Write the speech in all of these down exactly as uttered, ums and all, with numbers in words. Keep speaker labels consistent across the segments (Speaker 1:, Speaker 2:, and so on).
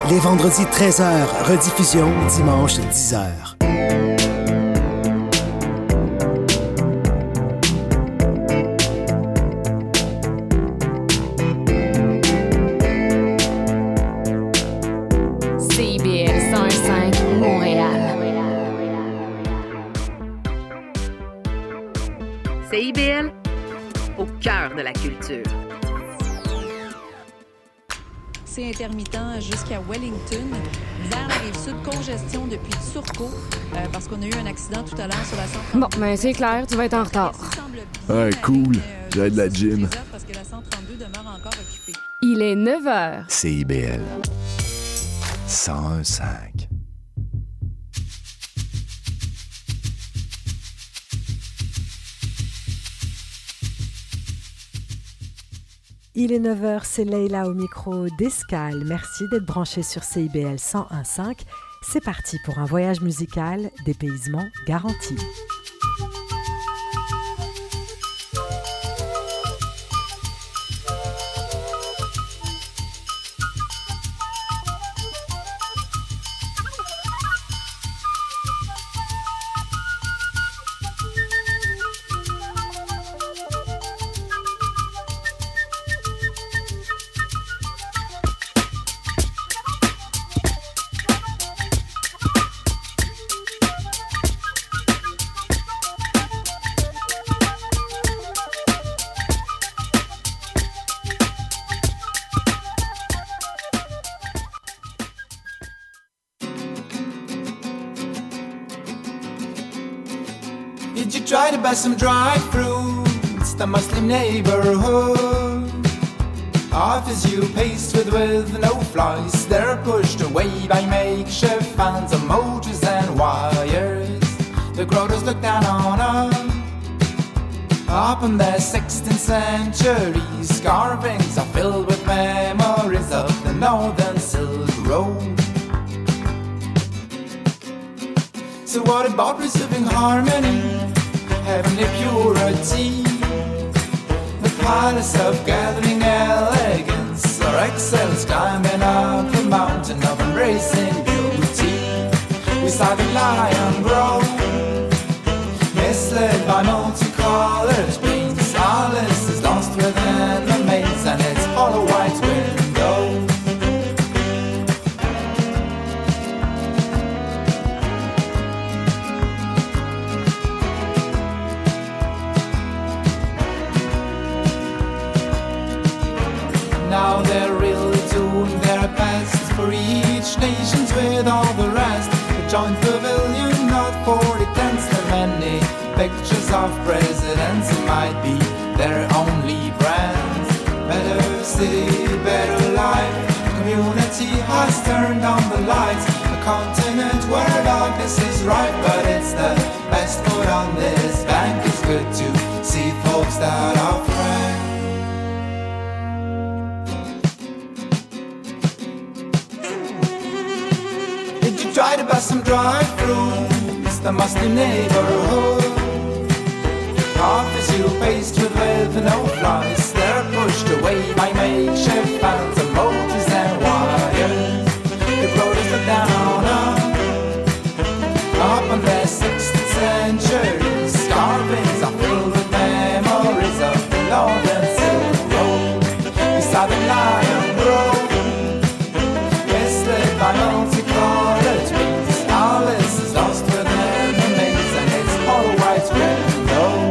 Speaker 1: Les vendredis treize heures, rediffusion dimanche dix heures.
Speaker 2: C I B L cent un virgule cinq Montréal.
Speaker 3: C I B L, au cœur de la culture.
Speaker 4: C'est intermittent jusqu'à Wellington. Vers la Rive-Sud, congestion depuis Turcot, euh, parce qu'on a eu un accident tout à l'heure sur la cent trente-deux.
Speaker 2: Bon, ben c'est clair, tu vas être en retard.
Speaker 5: Ouais, cool. J'ai de la gym.
Speaker 4: Parce que la cent trente-deux demeure encore occupée.
Speaker 2: Il est neuf heures.
Speaker 5: C I B L cent un virgule cinq.
Speaker 6: Il est neuf heures, c'est Leïla au micro d'Escale. Merci d'être branché sur C I B L cent un virgule cinq. C'est parti pour un voyage musical, dépaysement garanti.
Speaker 7: Did you try to buy some dried fruits? The Muslim neighborhood offers you pastry with no flies. They're pushed away by makeshift fans of motors and wires. The grottos look down on us up in the sixteenth century. Carvings are filled with memories of the Northern Silk Road. So what about preserving harmony, heavenly purity, the palace of gathering elegance, or excellence climbing up the mountain of embracing beauty? We saw the lion grow, misled by multicolored paints. Alice is lost within the maze and its hollow white window. Now they're really doing their best for each nation's with all the rest. The joint pavilion, not forty tents, there many pictures of presidents. It might be their only brands. Better city, better life. Community has turned on the lights. A continent where darkness is rife, but it's the best food on this bank. It's good to see folks that are friends. Try to buy some dried fruits, the Muslim neighborhood offers you pastry with no flies. They're pushed away by makeshift fans of motors and wires. The grottos look down on us up on the sixteenth century. Carvings are filled with memories of the Northern Silk Road. We saw the lion grow, misled by multicolored. Alice is lost within the maze and its hollow white window.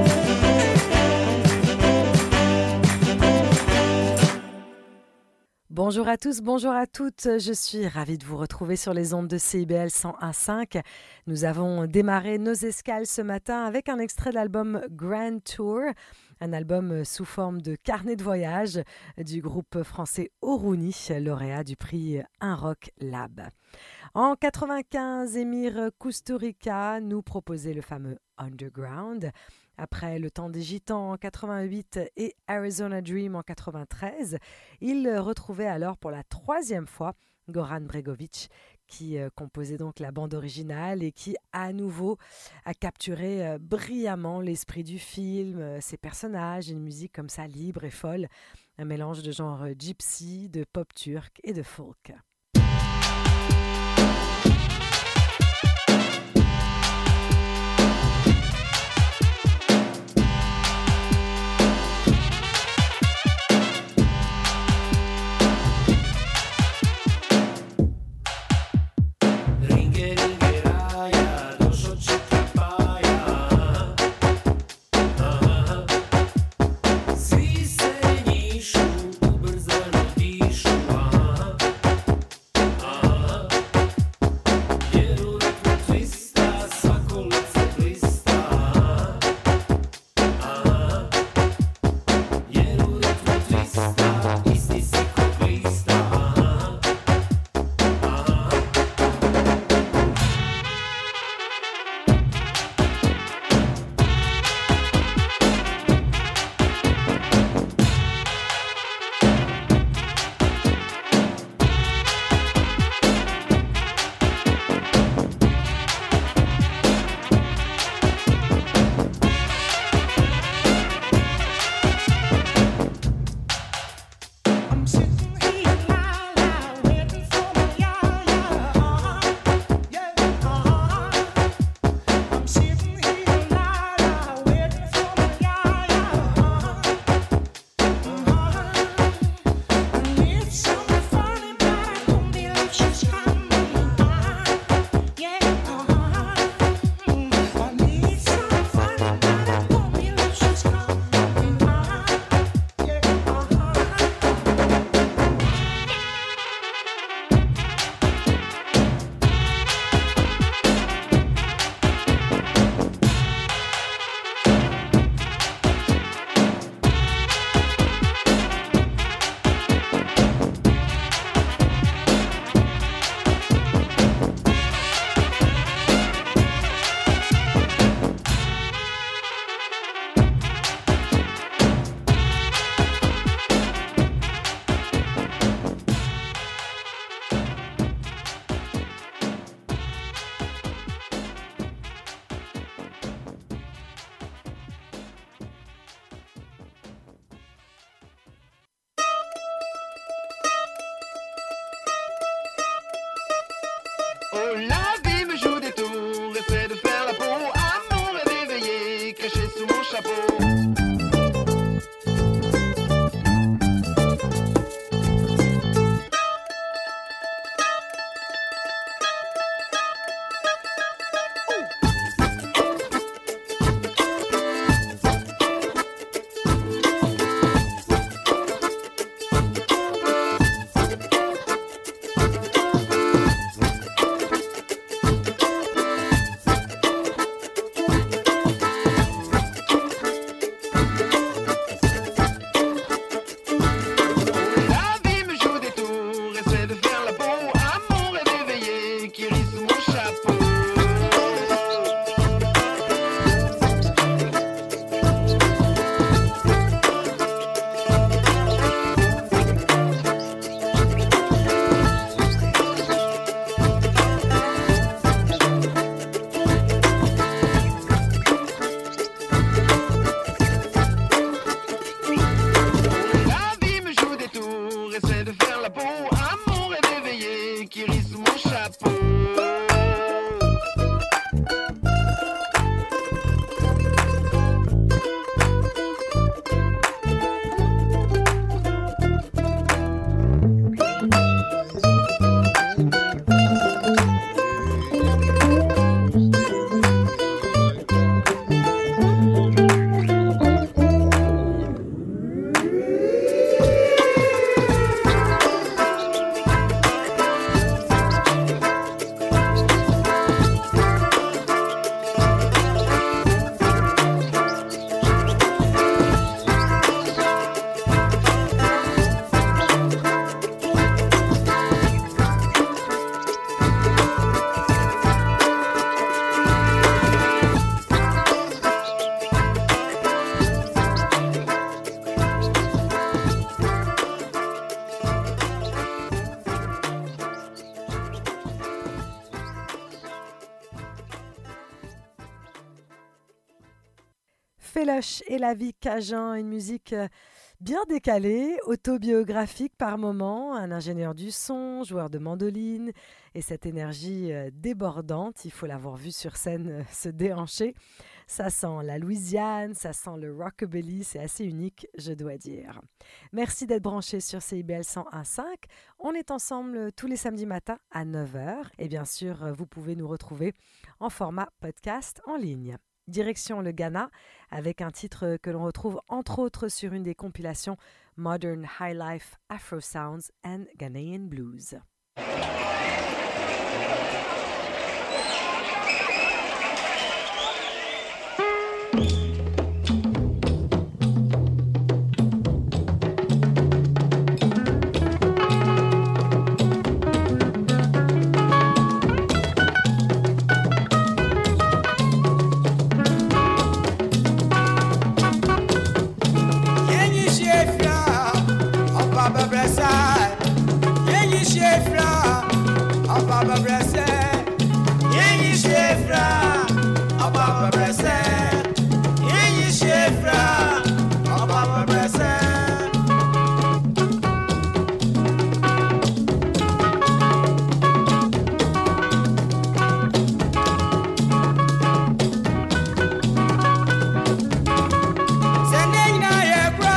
Speaker 6: Bonjour à tous, bonjour à toutes. Je suis ravie de vous retrouver sur les ondes de C I B L cent un virgule cinq. Nous avons démarré nos escales ce matin avec un extrait de l'album Grand Tour, un album sous forme de carnet de voyage du groupe français Oruni, lauréat du prix Un Rock Lab. En quatre-vingt-quinze, Émir Kusturica nous proposait le fameux Underground. Après Le Temps des Gitans en quatre-vingt-huit et Arizona Dream en quatre-vingt-treize, il retrouvait alors pour la troisième fois Goran Bregović, qui euh, composait donc la bande originale et qui, à nouveau, a capturé euh, brillamment l'esprit du film, euh, ses personnages, une musique comme ça libre et folle, un mélange de genre gypsy, de pop turc et de folk.
Speaker 8: Oh, la vie me joue des tours, essaie de faire la peau à mon rêve éveillé, caché sous mon chapeau.
Speaker 6: Féloche et la vie Cajun, une musique bien décalée, autobiographique par moments, un ingénieur du son, joueur de mandoline et cette énergie débordante, il faut l'avoir vu sur scène se déhancher. Ça sent la Louisiane, ça sent le rockabilly, c'est assez unique, je dois dire. Merci d'être branchés sur C I B L cent un virgule cinq. On est ensemble tous les samedis matins à neuf heures et bien sûr, vous pouvez nous retrouver en format podcast en ligne. Direction le Ghana, avec un titre que l'on retrouve entre autres sur une des compilations Modern High Life Afro Sounds and Ghanaian Blues.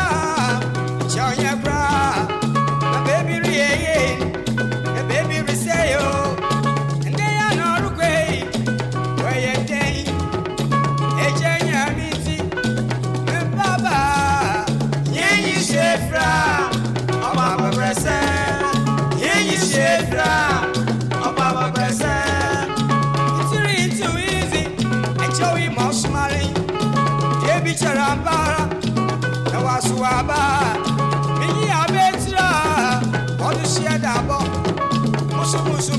Speaker 9: Baby,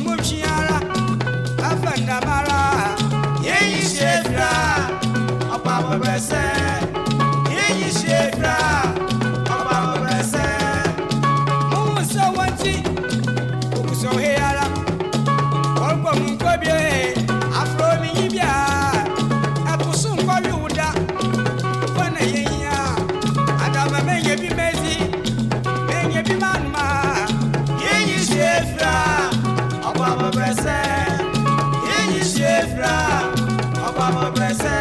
Speaker 9: musumuchiara afanda mara yeyi shefra opa brese yeyi shefra opa brese mu so wanti ku so heara orko mu kobie afro mi yibia apusun ko yuda fana yeya adama menye bi mezi menye bi manma yeyi shefra opa brese yeyi shefra opa brese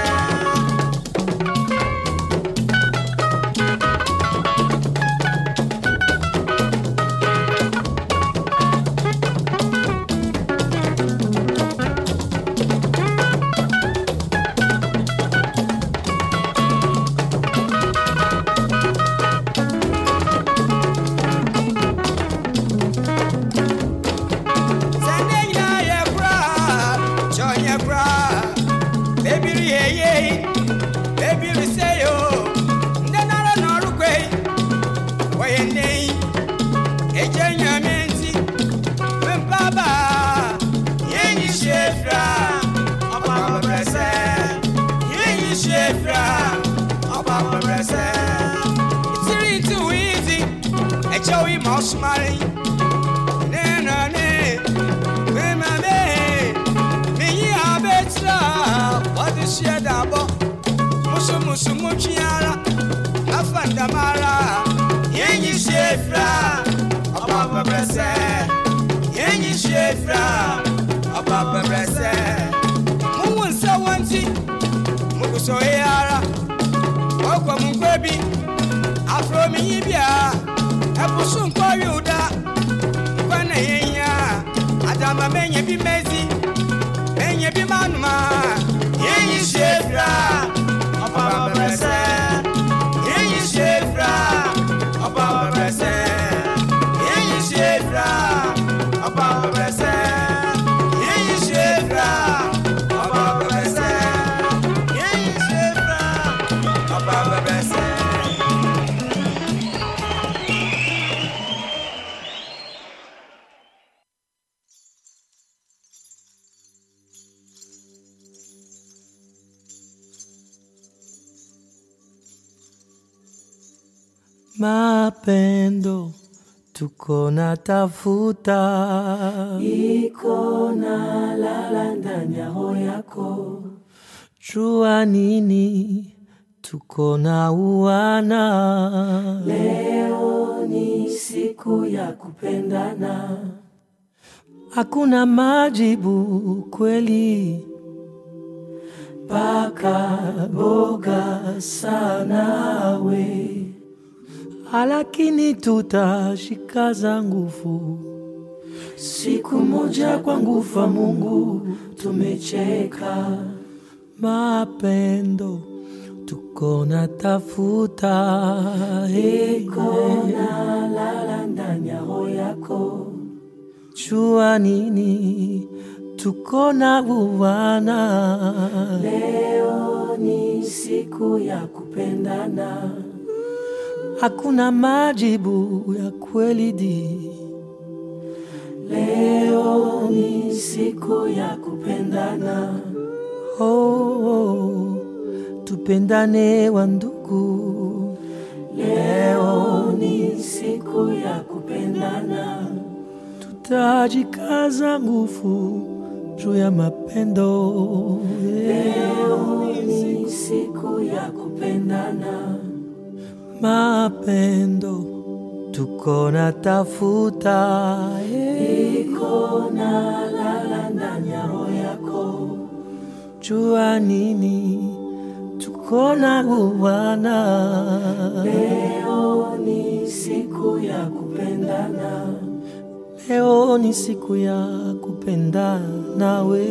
Speaker 9: Joey Moss Mary, Nana, Mame, me, I bet what is she double? Musu Musu Muchiara, Afanda Mara, Yenny Shefra, Ababa Bresse, Yenny Shefra, Ababa Bresse, Moon Sawanti, Mukusoyara, Welcome Baby, Afro Mibia. Apusun ko yuda kwana yenya adama menye bi mezi menye bi manuma yenyi shefra opa brese yenyi shefra opa brese yenyi shefra opa brese yenyi shefra opa brese yenyi shefra opa brese.
Speaker 10: Mapendo tuko na tafuta iko na lala ndani ya roho yako, jua nini tuko na uwana. Leo ni siku ya kupendana, hakuna majibu kweli, paka boga sana we, lakini tutashikaza nguvu. Siku moja kwa nguvu Mungu tumecheka. Mapendo tuko na tafuta, iko na lala ndani ya roho yako, jua nini tuko na uwana. Leo ni siku ya kupendana, hakuna majibu ya kweli di. Leo ni siku ya kupendana, oh, oh, tupendane wa ndugu. Leo ni siku ya kupendana, tutajikaza nguvu juu ya mapendo. Leo ni siku ya kupendana, mapendo tuko na tafuta, iko na lala ndani ya roho yako, jua nini tuko na uwana. Leo ni siku ya kupendana, leo ni siku ya kupendana we.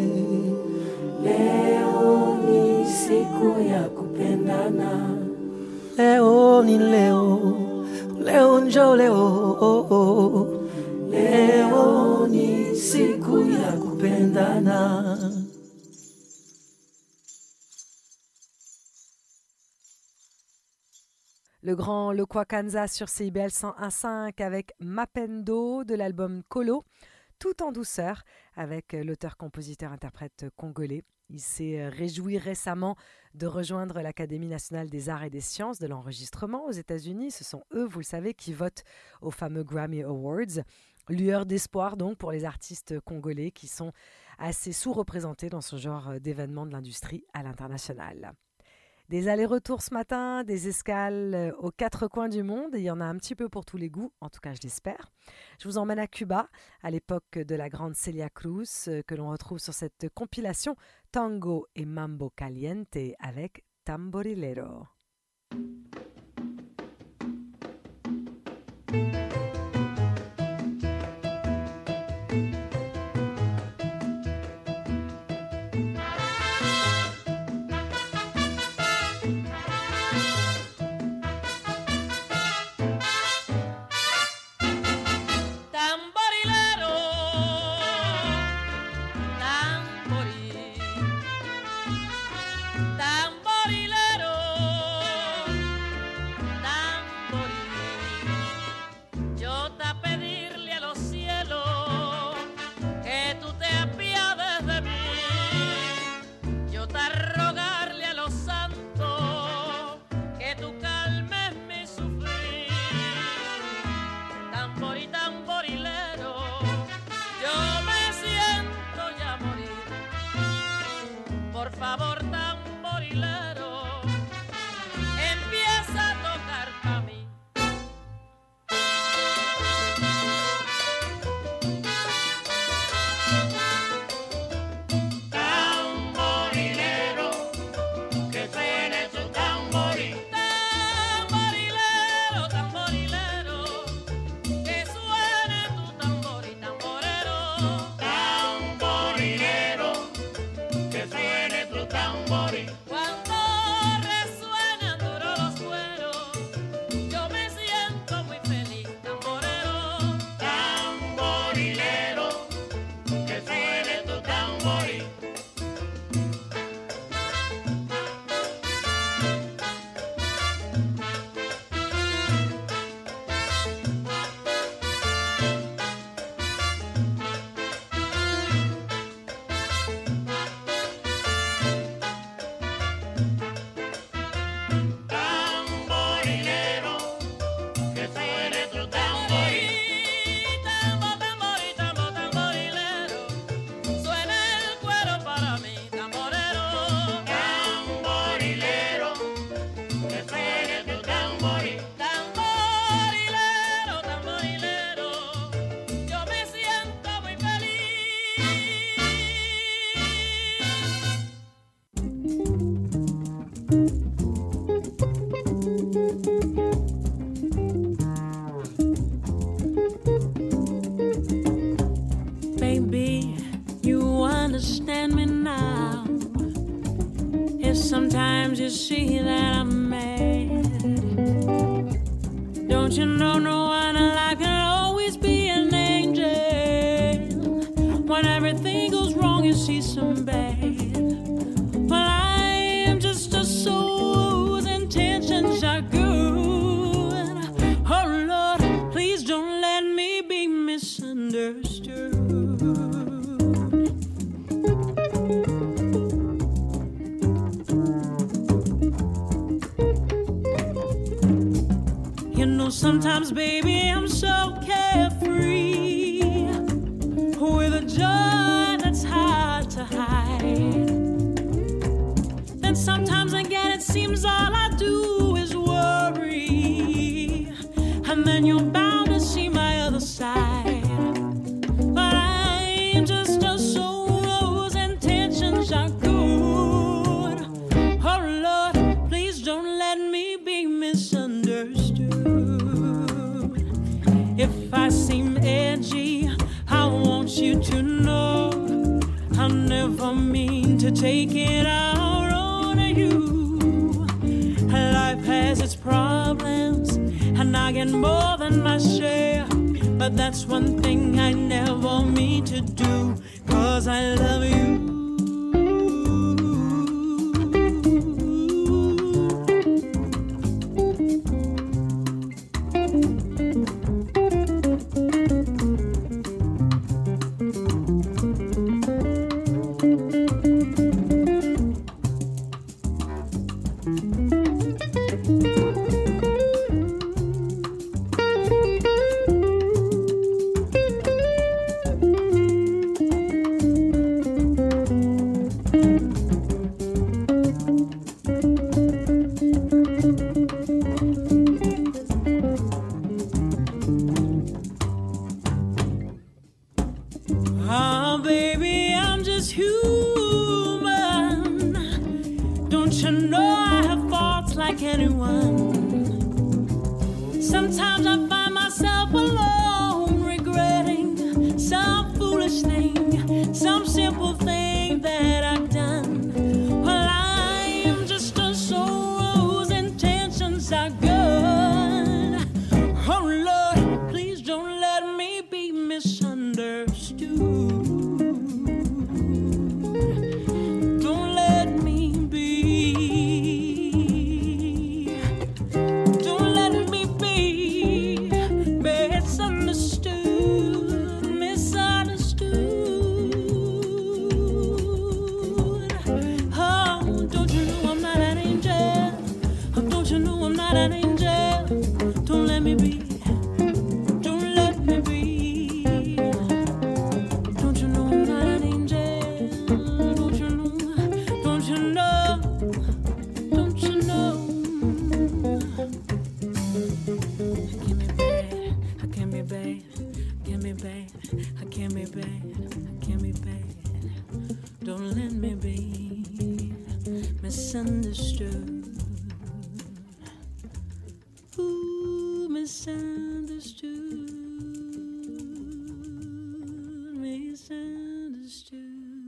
Speaker 10: Leo ni siku ya kupendana, leo ni leo, leo njo leo, oh, oh. Leo ni siku ya kupendana.
Speaker 6: Le grand Lokwa Kanza sur C I B L cent un virgule cinq avec Mapendo de l'album Colo. tout en douceur avec l'auteur-compositeur-interprète congolais. Il s'est réjoui récemment de rejoindre l'Académie nationale des arts et des sciences de l'enregistrement aux États-Unis. Ce sont eux, vous le savez, qui votent aux fameux Grammy Awards. Lueur d'espoir donc pour les artistes congolais qui sont assez sous-représentés dans ce genre d'événements de l'industrie à l'international. Des allers-retours ce matin, des escales aux quatre coins du monde. Il y en a un petit peu pour tous les goûts, en tout cas je l'espère. Je vous emmène à Cuba, à l'époque de la grande Celia Cruz, que l'on retrouve sur cette compilation Tango et Mambo Caliente avec Tamborilero.
Speaker 11: Sometimes you see that I'm mad. Don't you know no one like can always be an angel? When everything goes wrong, you see some bad. Well, I am just a soul whose intentions are good. Oh Lord, please don't let me be misunderstood. Sometimes, baby, I'm so carefree with a joy that's hard to hide. Then sometimes again it seems all I do is worry, and then you're bound to see my other side. But I'm just a soul whose intentions are good. Oh Lord, please don't let me be misunderstood. If I seem edgy, I want you to know I never mean to take it out on you. Life has its problems, and I get more than my share. But that's one thing I never mean to do, 'cause I love you. human. Don't you know I have faults like anyone? Sometimes I find myself alone, regretting some foolish thing, some simple thing that I've done. Well, I am just a soul whose intentions are good. Oh Lord, please don't let me be misunderstood. Don't let me be. Don't let me be misunderstood. Misunderstood. Oh, don't you know I'm not an angel? Oh, don't you know I'm not an angel? Don't let me be. Don't let me be. Don't you know I'm not an angel? Don't you know? Don't you know? Don't you know? I can't be bad. I can't be bad. I can't be bad. I can't be bad. Don't let me be misunderstood. Ooh, misunderstood. Misunderstood.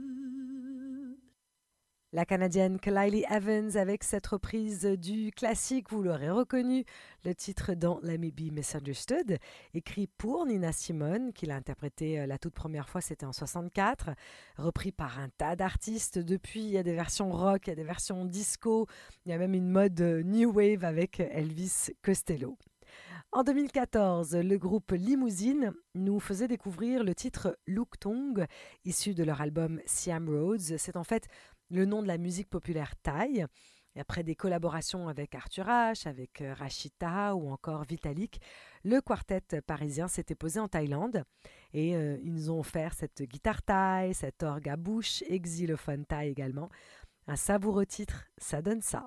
Speaker 6: La Canadienne Kylie Evans avec cette reprise du classique, vous l'aurez reconnu, le titre dans Let Me Be Misunderstood, écrit pour Nina Simone, qui l'a interprété la toute première fois, c'était en soixante-quatre, repris par un tas d'artistes. Depuis, il y a des versions rock, il y a des versions disco, il y a même une mode new wave avec Elvis Costello. En deux mille quatorze, le groupe Limousine nous faisait découvrir le titre Look Tung, issu de leur album Siam Roads. C'est en fait le nom de la musique populaire thaï. Et après des collaborations avec Arthur H, avec Rachita ou encore Vitalik, le quartet parisien s'était posé en Thaïlande et euh, ils nous ont offert cette guitare thaï, cet orgue à bouche et xylophone thaï également. Un savoureux titre, ça donne ça.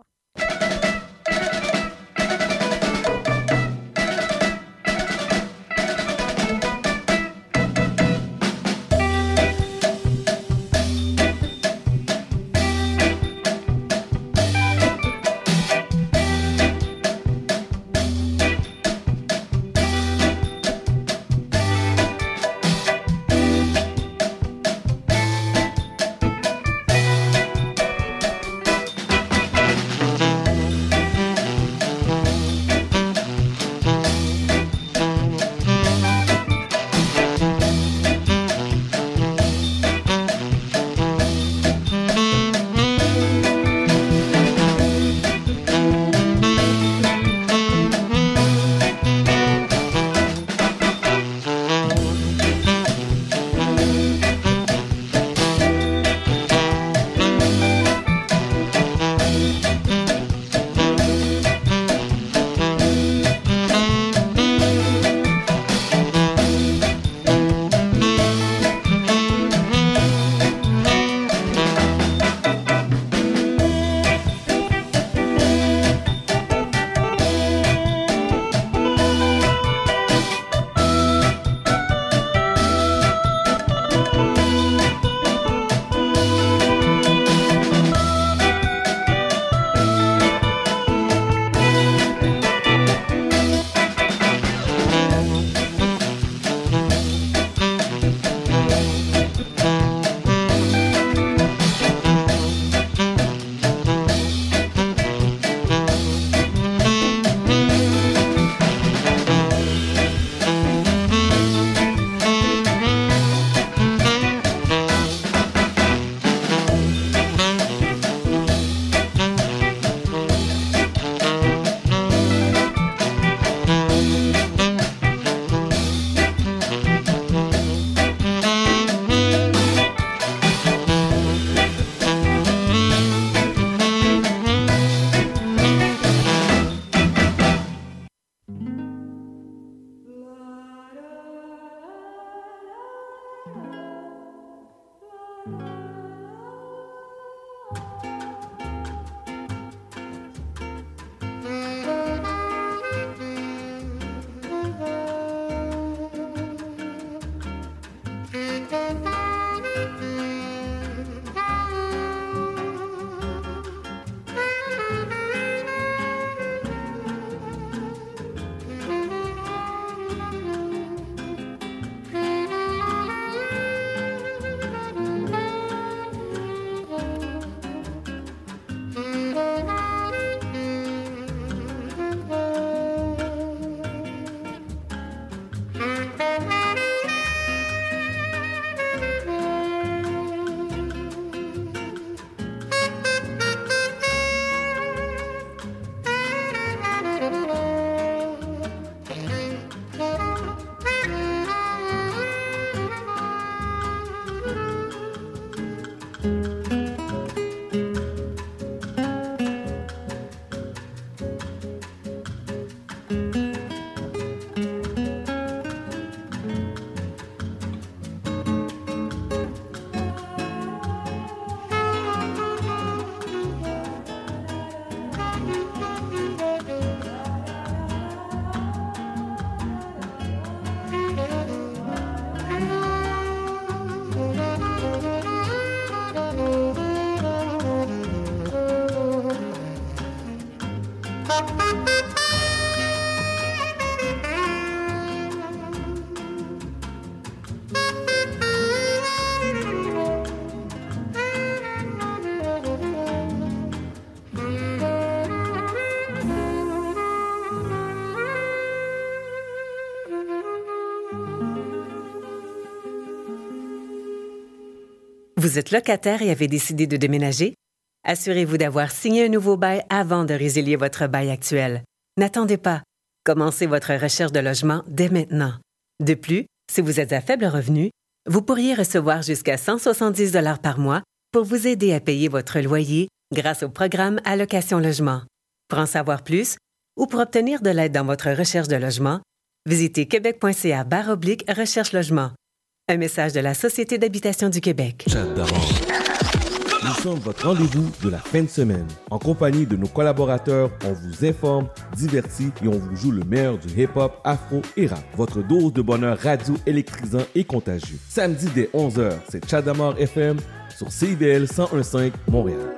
Speaker 12: Vous êtes locataire et avez décidé de déménager? Assurez-vous d'avoir signé un nouveau bail avant de résilier votre bail actuel. N'attendez pas. Commencez votre recherche de logement dès maintenant. De plus, si vous êtes à faible revenu, vous pourriez recevoir jusqu'à cent soixante-dix dollars par mois pour vous aider à payer votre loyer grâce au programme Allocation Logement. Pour en savoir plus ou pour obtenir de l'aide dans votre recherche de logement, visitez québec.ca barre oblique recherche logement. Un message de la Société d'habitation du Québec.
Speaker 13: Chat d'avant. Nous sommes votre rendez-vous de la fin de semaine. En compagnie de nos collaborateurs, on vous informe, divertit et on vous joue le meilleur du hip-hop, afro et rap. Votre dose de bonheur radio électrisant et contagieux. Samedi dès onze heures, c'est Chat d'Amour F M sur C I B L cent un virgule cinq Montréal.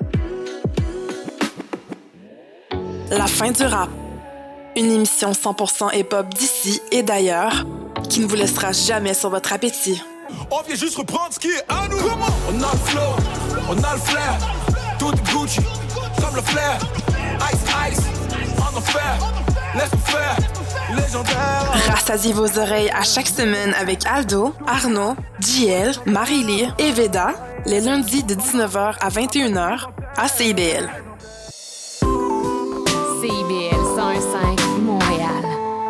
Speaker 14: La fin du rap. Une émission cent pour cent hip-hop d'ici et d'ailleurs qui ne vous laissera jamais sur votre appétit.
Speaker 9: On vient juste reprendre ce qui est à nous. Comment? On a le flow, on a le flair. Tout est Gucci, comme le flair. Ice, ice, en enfer. Laisse-nous faire, légendaire.
Speaker 14: Rassasiez vos oreilles à chaque semaine avec Aldo, Arnaud, J L, Marie-Ly et Veda, les lundis de dix-neuf heures à vingt et une heures à C I B L.
Speaker 2: C I B L cent un virgule cinq Montréal.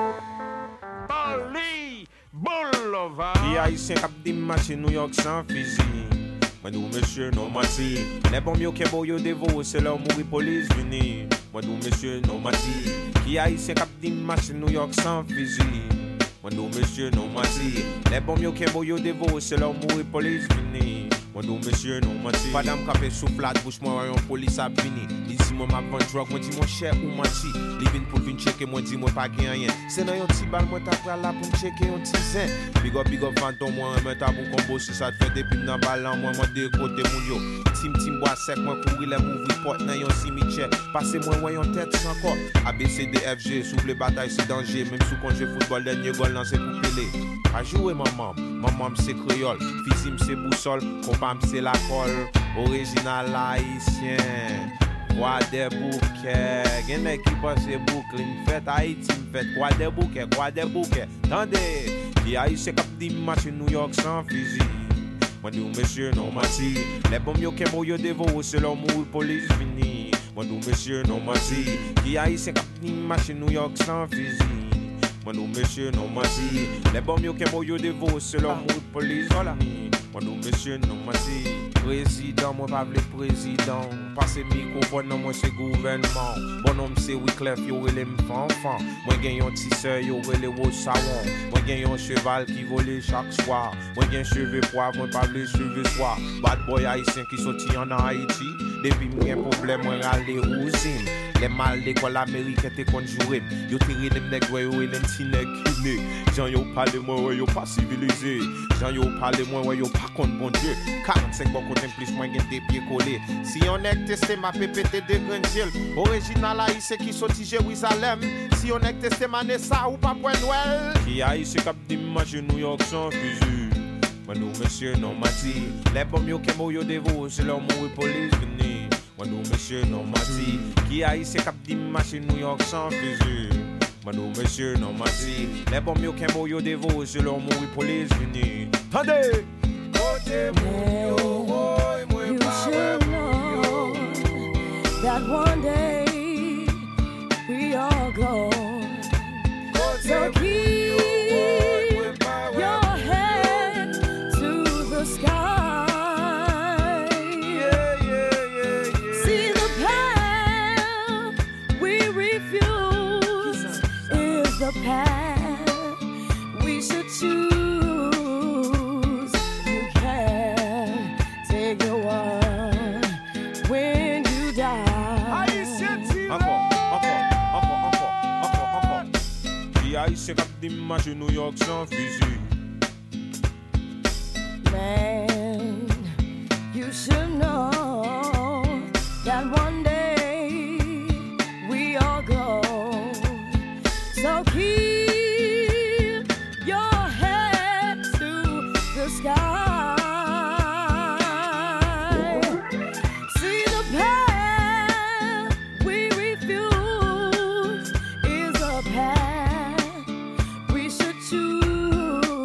Speaker 15: Qui haïtien cap di match New York sans fusil. Moi nous monsieur non mati. Les bombes yo kebo yo devo c'est leur mourir police vini. Moi nous monsieur non mati. Qui haïtien cap di match New York sans fusil. Moi nous monsieur non mati. Les bombes yo kebo yo devo c'est leur mourir police vini. Moi nous monsieur non mati. Madame capé sous plate bouche moi yon police a vini. Ici moi m'a vend drug moi dit mon cher ou mati. Living pour vinn checker moi dit moi pas gain rien. C'est dans yon petit bal moi t'a pral là pour checker yon petit zin. Big up big up fantôme moi mais t'as bon combo si ça te fait depuis dans ballon moi moi de côté moun yo. Tim tim bois sec moi courir les m'ouvrir porte dans yon cimetière. Passer moi ouais yon tête sans corps. A B C D F G souffle bataille c'est danger même sous congé football dernier goal lancé pour Pelé. A jouer maman, maman c'est créole, fils c'est boussole, compam c'est la colle, original haïtien. Quoi des bouquets, y'en a qui passe boucle, une fête Haïti, une fête quoi des bouquets, quoi des bouquets. Tendez, qui haïtien cap di match New York sans fusil. Moi nous monsieur non mati, les bombes yo kemo yo devo c'est leur mouille police fini. Moi nous monsieur non mati, qui haïtien cap di match New York sans fusil. Moi nous monsieur non mati, les bombes yo kemo yo devo c'est leur mouille police voilà. Moi nous monsieur non mati. Président, moi pas le président. Passez microphone, non moi c'est gouvernement. Bonhomme c'est Wyclef, yo relè m'fanfan. Moi gen yon ti sœur, yo relè au savon. Moi gen yon cheval qui vole chaque soir. Moi gen cheveux poivre, moi pas le cheveux soir. Bad boy haïtien qui sorti en Haïti. Depuis m'gen problème, moi râler rousine. Les mal l'école américaine te conjuré. Yo tiré les nègres yo et les petits nègres qui né. Jean yo parle moi yo pas civilisé. Jean yo parle moi yo pas contre bon Dieu. quarante-cinq bon côté plus moins gen des pieds collés. Si on est testé ma pépété de Grandville. Original haïtien qui sorti Jérusalem. Si on est testé ma Nessa ou pas point Noël. Qui haïtien cap di manger New York sans fusil. Moi nous monsieur non mati. Les bombes yo kemo yo devo c'est leur mourir police vini. Moi nous monsieur non mati. Qui haïtien cap di marcher New York sans fusil. Moi nous monsieur non mati. Les bombes yo kemo yo devo c'est leur mourir police vini. Tendez. Côté moun yo boy moi pas know
Speaker 11: that one day we all go. So keep your head to the sky.
Speaker 15: Yeah, yeah, yeah, yeah.
Speaker 11: See the path we refuse is the path we should choose. You can't take the one when you die.
Speaker 15: Encore, encore, encore, encore, encore, encore. Qui haïtien cap di marcher New York sans fusil.
Speaker 11: Man, you should know that one day we all go. So keep your head to the sky. See the path we refuse is a path we should choose.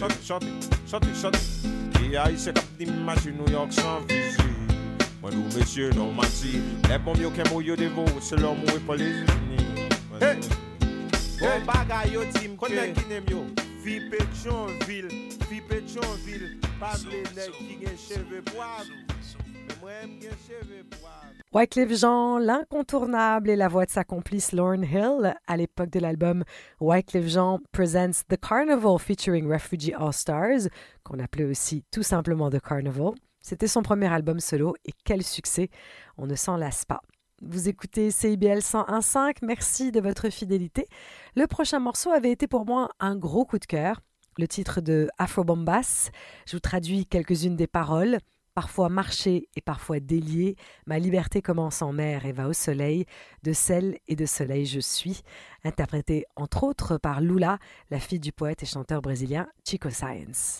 Speaker 15: chante, chante, chante, chante. Qui a ici cap d'image New York sans fusil. Moi nous messieurs non menti. Les bons mieux qu'un mot dévot, c'est leur mot pour les unis. Hey! Bon bagay yo tim que qui n'aime yo. Fi Pétionville, fi Pétionville. Pas les nèg qui gen cheveux poivre. Mais moi aime gen cheveux poivre.
Speaker 6: Wyclef Jean, l'incontournable, et la voix de sa complice Lauryn Hill à l'époque de l'album Wyclef Jean Presents The Carnival featuring Refugee All Stars, qu'on appelait aussi tout simplement The Carnival. C'était son premier album solo et quel succès, on ne s'en lasse pas. Vous écoutez C I B L cent un virgule cinq, merci de votre fidélité. Le prochain morceau avait été pour moi un gros coup de cœur, le titre de Afro Bombas. Je vous traduis quelques-unes des paroles. Parfois marcher et parfois délier, ma liberté commence en mer et va au soleil, de sel et de soleil je suis, interprété entre autres par Lula, la fille du poète et chanteur brésilien Chico Science.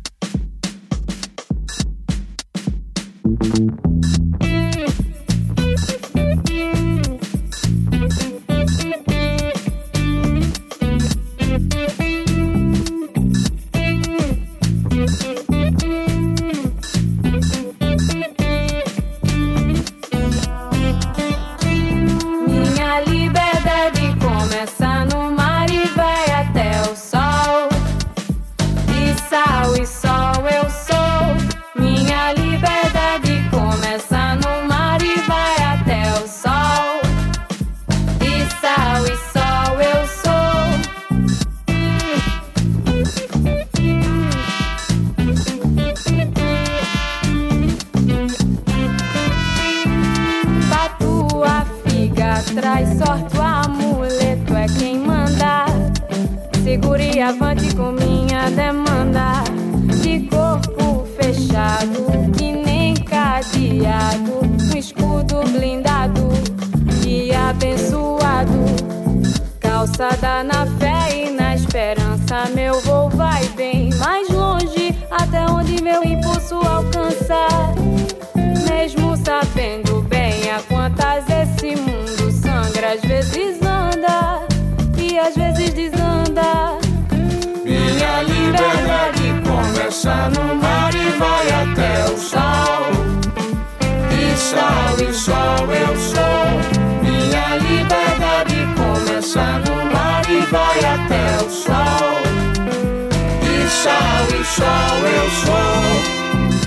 Speaker 2: Traz sorte, o amuleto é quem manda. Segure avante com minha demanda. De corpo fechado, que nem cadeado. Um escudo blindado e abençoado. Calçada na fé e na esperança. Meu voo vai bem mais longe, até onde meu impulso alcançar. Mesmo sabendo bem a quantas esse mundo sangra, às vezes anda e às vezes desanda.
Speaker 16: Minha liberdade começa no mar e vai até o sol. E sol, e sol eu sou. Minha liberdade começa no mar e vai até o sol. E sol, e sol eu sou.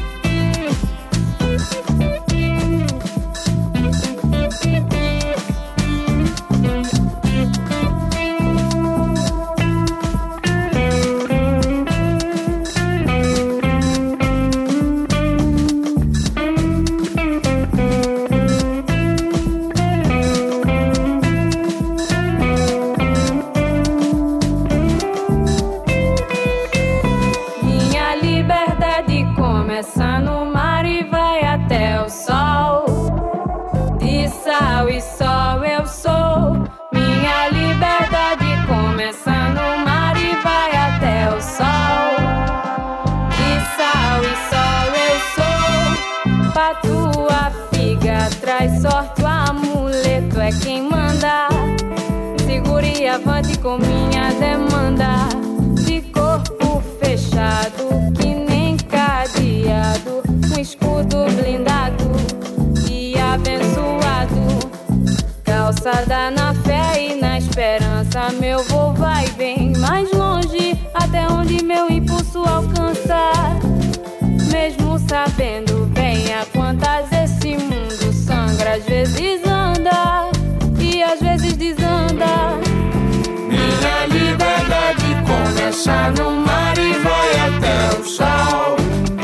Speaker 16: Avante com minha demanda. De corpo fechado, que nem cadeado. Um escudo blindado e abençoado. Calçada na fé e na esperança. Meu voo vai bem mais longe, até onde meu impulso alcançar. Mesmo sabendo bem a quantas esse mundo sangra, às vezes anda e às vezes desanda. Minha liberdade começa no mar e vai até o sol.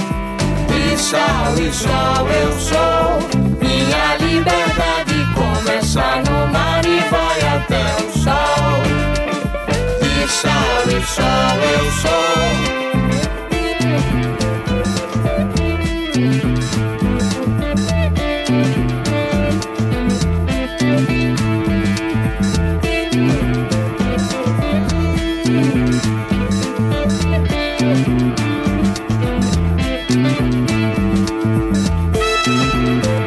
Speaker 16: E sol, e sol eu sou. Minha liberdade começa no mar e vai até o sol. E sol, e sol eu sou.
Speaker 2: Thank you.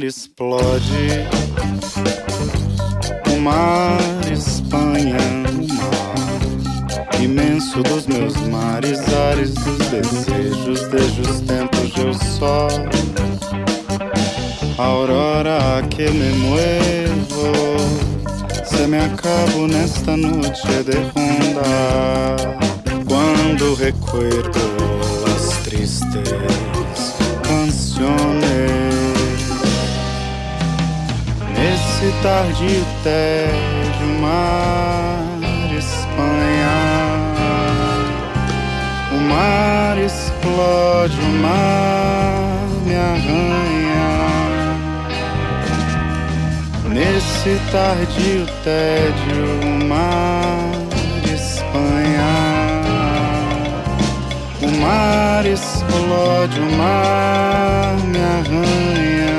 Speaker 17: explode. O mar, Espanha, o mar imenso dos meus mares, ares dos desejos, desde os tempos de eu só. Aurora que me muevo, se me acabo nesta noche de ronda. Quando recuerdo as tristes canciones, nesse tardio tédio, mar, Espanha. O mar explode, o mar me arranha. Nesse tardio tédio, o mar, Espanha. O mar explode, o mar me arranha.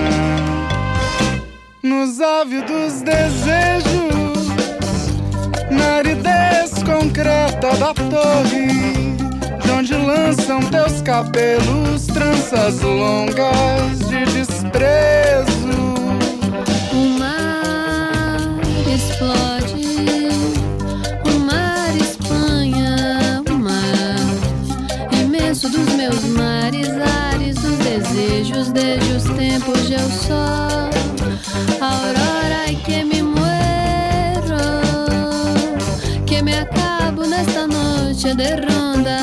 Speaker 17: Nos ávidos desejos, na aridez concreta da torre, de onde lançam teus cabelos tranças longas de desprezo.
Speaker 18: O mar explode, o mar Espanha, o mar imenso dos meus mares, ares dos desejos, desde os tempos de eu só. Aurora que me muero, que me acabo nesta noche de ronda.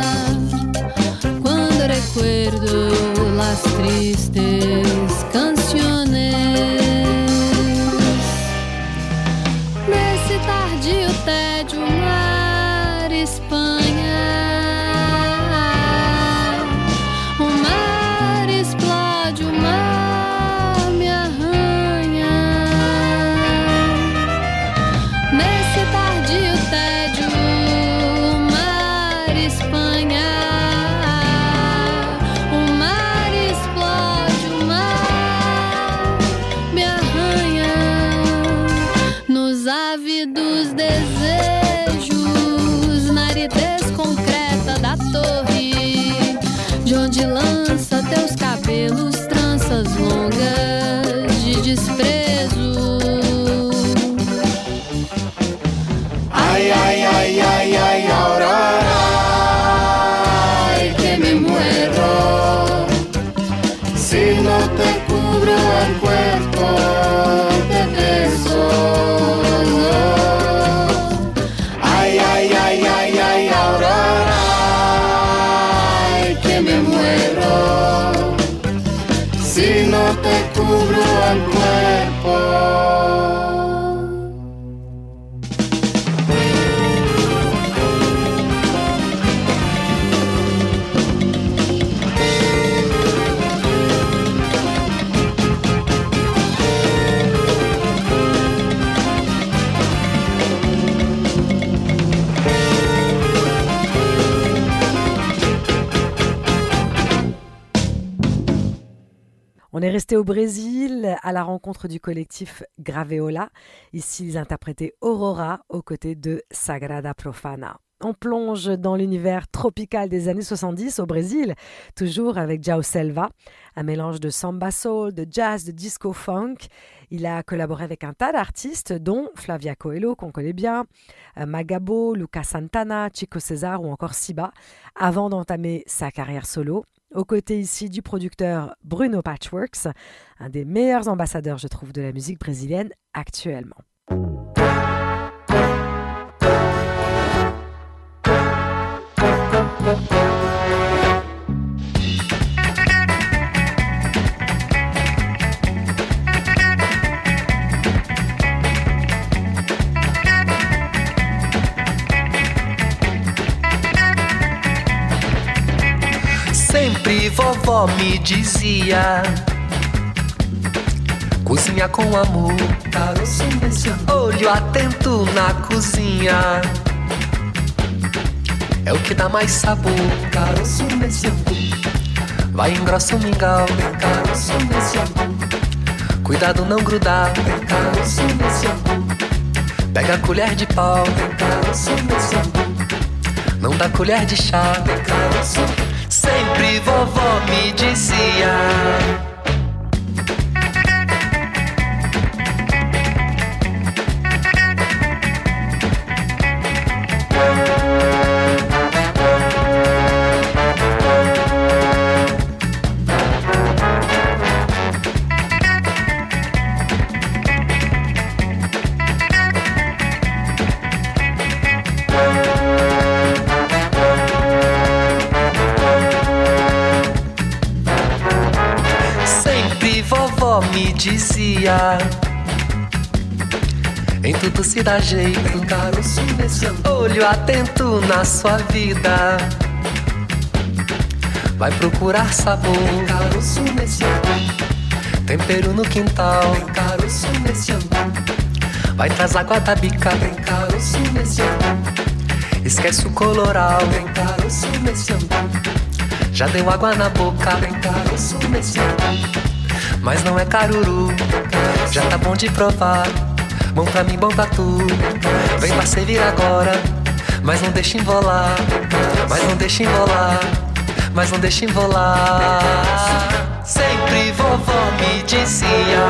Speaker 18: Cuando recuerdo las tristes canciones, nesse tardio tédio, mar, Espanha. O mar explode, o mar me arranha. Nesse tardio tédio, o mar, Espanha. O mar explode, o mar me arranha. Nos ávidos desejos, na aridez concreta da torre, de onde lança teus cabelos tranças longas de desprezo.
Speaker 17: Ay, ay, ay, ay, ay, Aurora, ay, que me muero si no te cubro el cuerpo de besos. Ay, ay, ay, ay, ay, Aurora, ay, que me muero si no te cubro el cuerpo.
Speaker 6: On est resté au Brésil à la rencontre du collectif Graveola. Ici, ils interprétaient Aurora aux côtés de Sagrada Profana. On plonge dans l'univers tropical des années soixante-dix au Brésil, toujours avec João Selva, un mélange de samba soul, de jazz, de disco funk. Il a collaboré avec un tas d'artistes, dont Flavia Coelho, qu'on connaît bien, Magabo, Lucas Santana, Chico César ou encore Siba, avant d'entamer sa carrière solo. Aux côtés ici du producteur Bruno Patchworks, un des meilleurs ambassadeurs, je trouve, de la musique brésilienne actuellement.
Speaker 19: Sempre vovó me dizia: cozinha com amor, olho atento na cozinha, é o que dá mais sabor. Vai engrossa o mingau, cuidado não grudar. Pega a colher de pau, não dá colher de chá. Sempre vovó me dizia: me dizia: em tudo se dá jeito, caroço nesse olho atento na sua vida. Vai procurar sabor, caroço nesse tempero no quintal, caroço nesse vai traz água da bica, tem caroço nesse esquece o coloral, tem caroço nesse já deu água na boca, tem caroço nesse mas não é caruru, já tá bom de provar. Bom pra mim, bom pra tu. Vem pra servir agora, mas não deixa embolar. Mas não deixa embolar, mas não deixa embolar. Sempre vovó me dizia: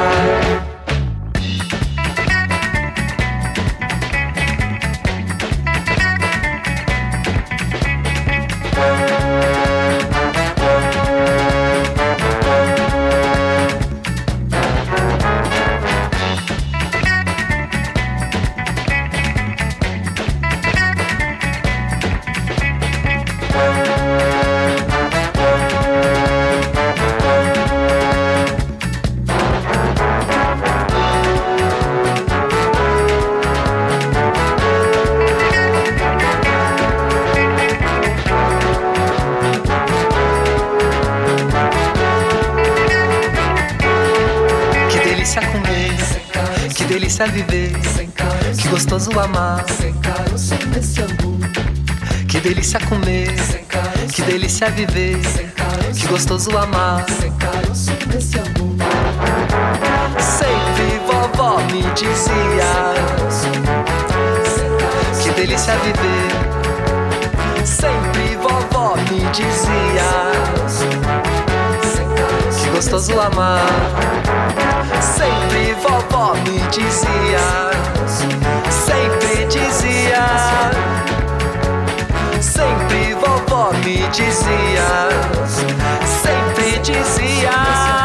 Speaker 19: viver, que gostoso amar, que delícia comer, que delícia viver, que gostoso amar. Sempre vovó me dizia: que delícia viver. Sempre vovó me dizia: que gostoso amar. Sempre vovó me dizia, sempre dizia, sempre vovó me dizia, sempre dizia,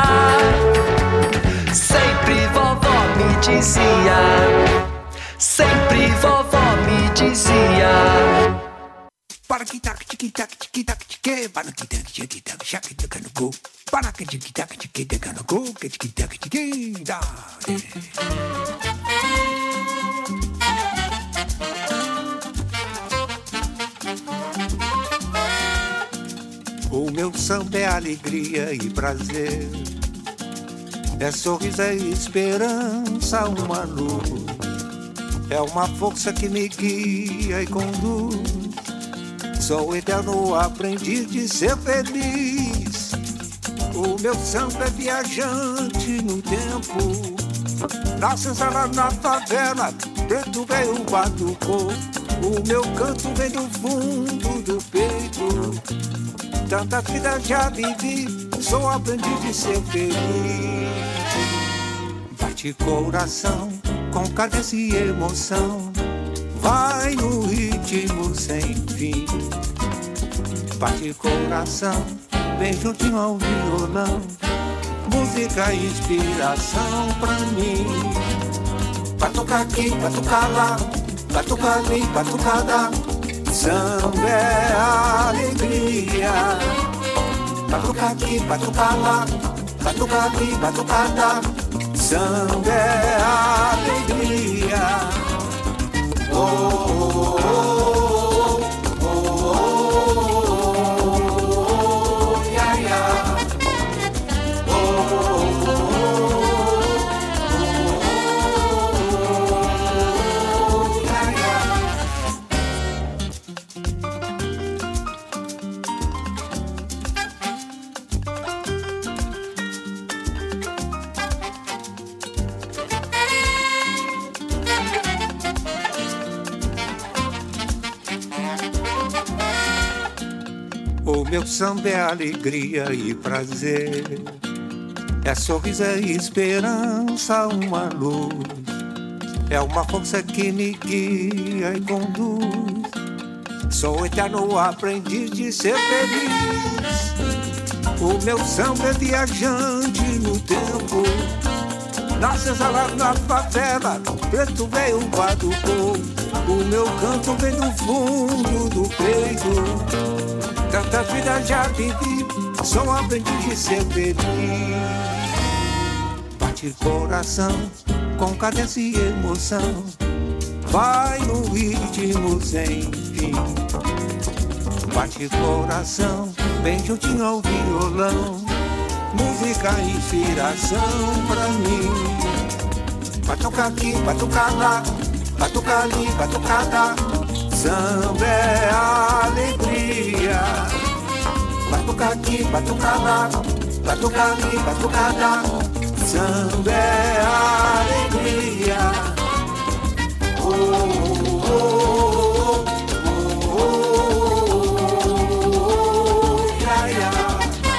Speaker 19: sempre vovó me dizia, sempre vovó me dizia. Para que tac tic tac tic tac tic, para que tac tic tac shack it can go. Para que tic tac tic tac can go, que tic tac tic da. O meu samba é alegria e prazer, é sorriso e esperança, uma luz, é uma força que me guia e conduz. Sou eterno aprendiz de ser feliz. O meu samba é viajante no tempo. Nasce lá na favela, preto veio batucou. O meu canto vem do fundo do peito. Tanta vida já vivi, sou aprendiz de ser feliz. Bate coração com cadência e emoção, vai no ritmo sem fim. Bate coração, bem juntinho ao violão, música e inspiração pra mim. Vai tocar aqui, vai tocar lá, vai tocar ali, vai tocar lá. Samba é alegria. Vai tocar aqui, vai tocar lá, vai tocar ali, vai tocar lá. Samba é alegria. Oh, oh, oh, oh, oh, oh, yeah, yeah. Oh, oh, oh, yeah, yeah. O meu samba é alegria e prazer, é sorriso e esperança, uma luz, é uma força que me guia e conduz. Sou eterno aprendiz de ser feliz. O meu samba é viajante no tempo. Nasce lá na favela, preto veio batucou. O meu canto vem do fundo do peito. Tanta vida já vivi, sou aprendiz de ser feliz. bate coração com cadência e emoção. Vai no ritmo sem fim. Bate coração bem juntinho ao violão. Música, inspiração pra mim. Batuca aqui, batuca lá, batuca ali, batucada. Samba é alegria. Batuca aqui, batuca lá, batuca ali, batucada. Samba é alegria. Oh, oh, oh, oh, oh, oh, yeah, yeah.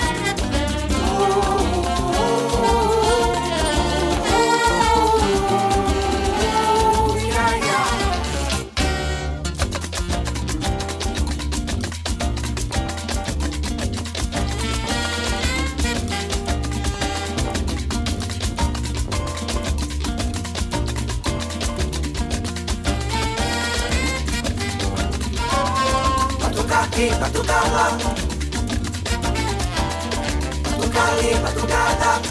Speaker 19: Batuca lá, batuca ali, batucada.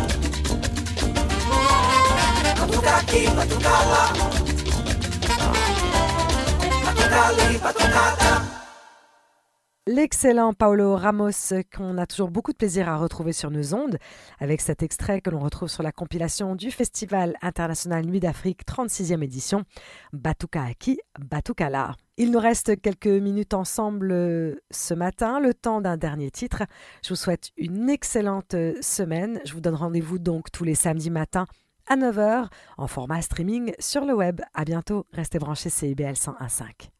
Speaker 19: Batuca aqui, batuca lá, batuca ali, batucada.
Speaker 6: L'excellent Paulo Ramos, qu'on a toujours beaucoup de plaisir à retrouver sur nos ondes, avec cet extrait que l'on retrouve sur la compilation du Festival international Nuit d'Afrique, trente-sixième édition, Batuka Aki, Batuka La. Il nous reste quelques minutes ensemble ce matin, le temps d'un dernier titre. Je vous souhaite une excellente semaine. Je vous donne rendez-vous donc tous les samedis matins à neuf heures en format streaming sur le web. À bientôt, restez branchés C I B L cent un virgule cinq.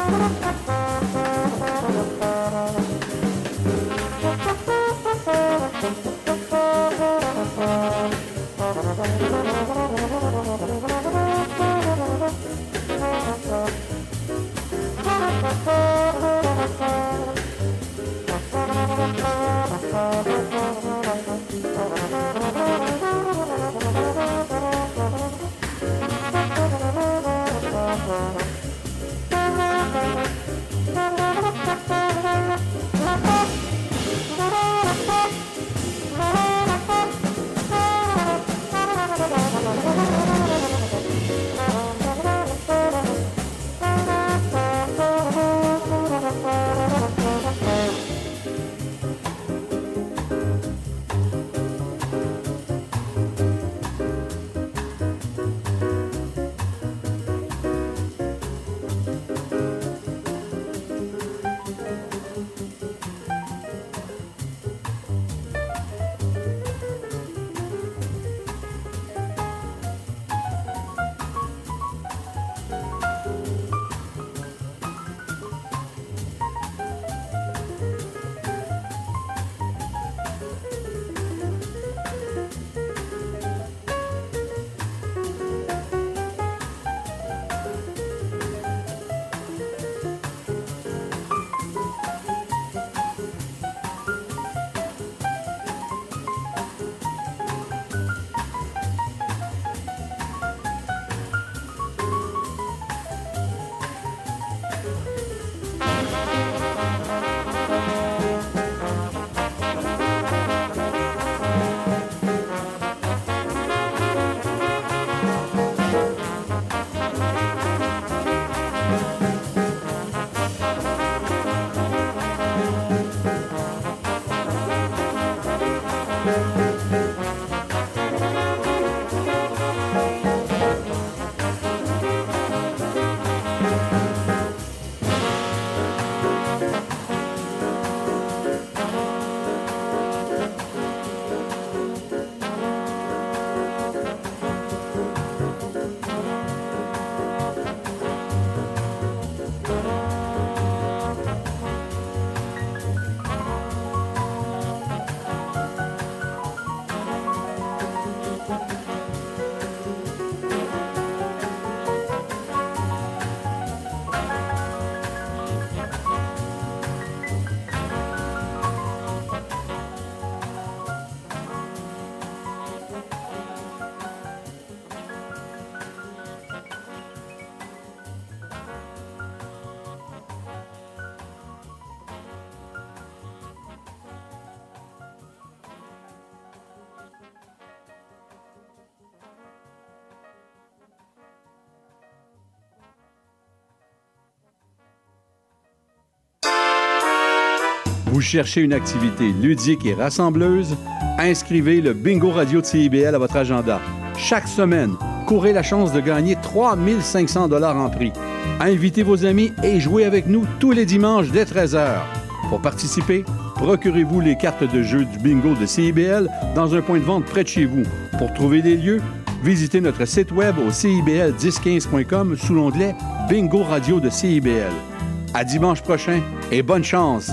Speaker 20: Vous cherchez une activité ludique et rassembleuse? Inscrivez le Bingo Radio de C I B L à votre agenda. Chaque semaine, courez la chance de gagner trois mille cinq cents dollars en prix. Invitez vos amis et jouez avec nous tous les dimanches dès treize heures. Pour participer, procurez-vous les cartes de jeu du bingo de C I B L dans un point de vente près de chez vous. Pour trouver des lieux, visitez notre site web au C I B L dix quinze point com sous l'onglet Bingo Radio de C I B L. À dimanche prochain et bonne chance!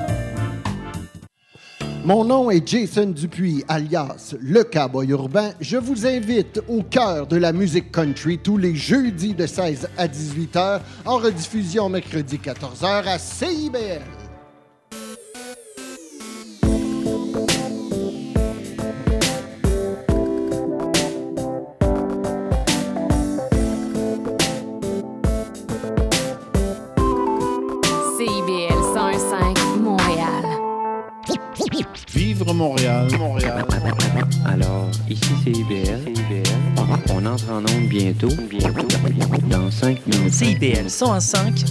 Speaker 21: Mon nom est Jason Dupuis, alias Le Cowboy Urbain. Je vous invite au cœur de la musique country tous les jeudis de seize à dix-huit heures, en rediffusion mercredi quatorze heures à C I B L.
Speaker 2: C I B L cent un cinq Montréal.
Speaker 22: Vivre Montréal, Montréal.
Speaker 23: Alors, ici c'est I B L. C I B L. On entre en onde bientôt, bientôt, dans cinq minutes.
Speaker 24: C I B L cent un cinq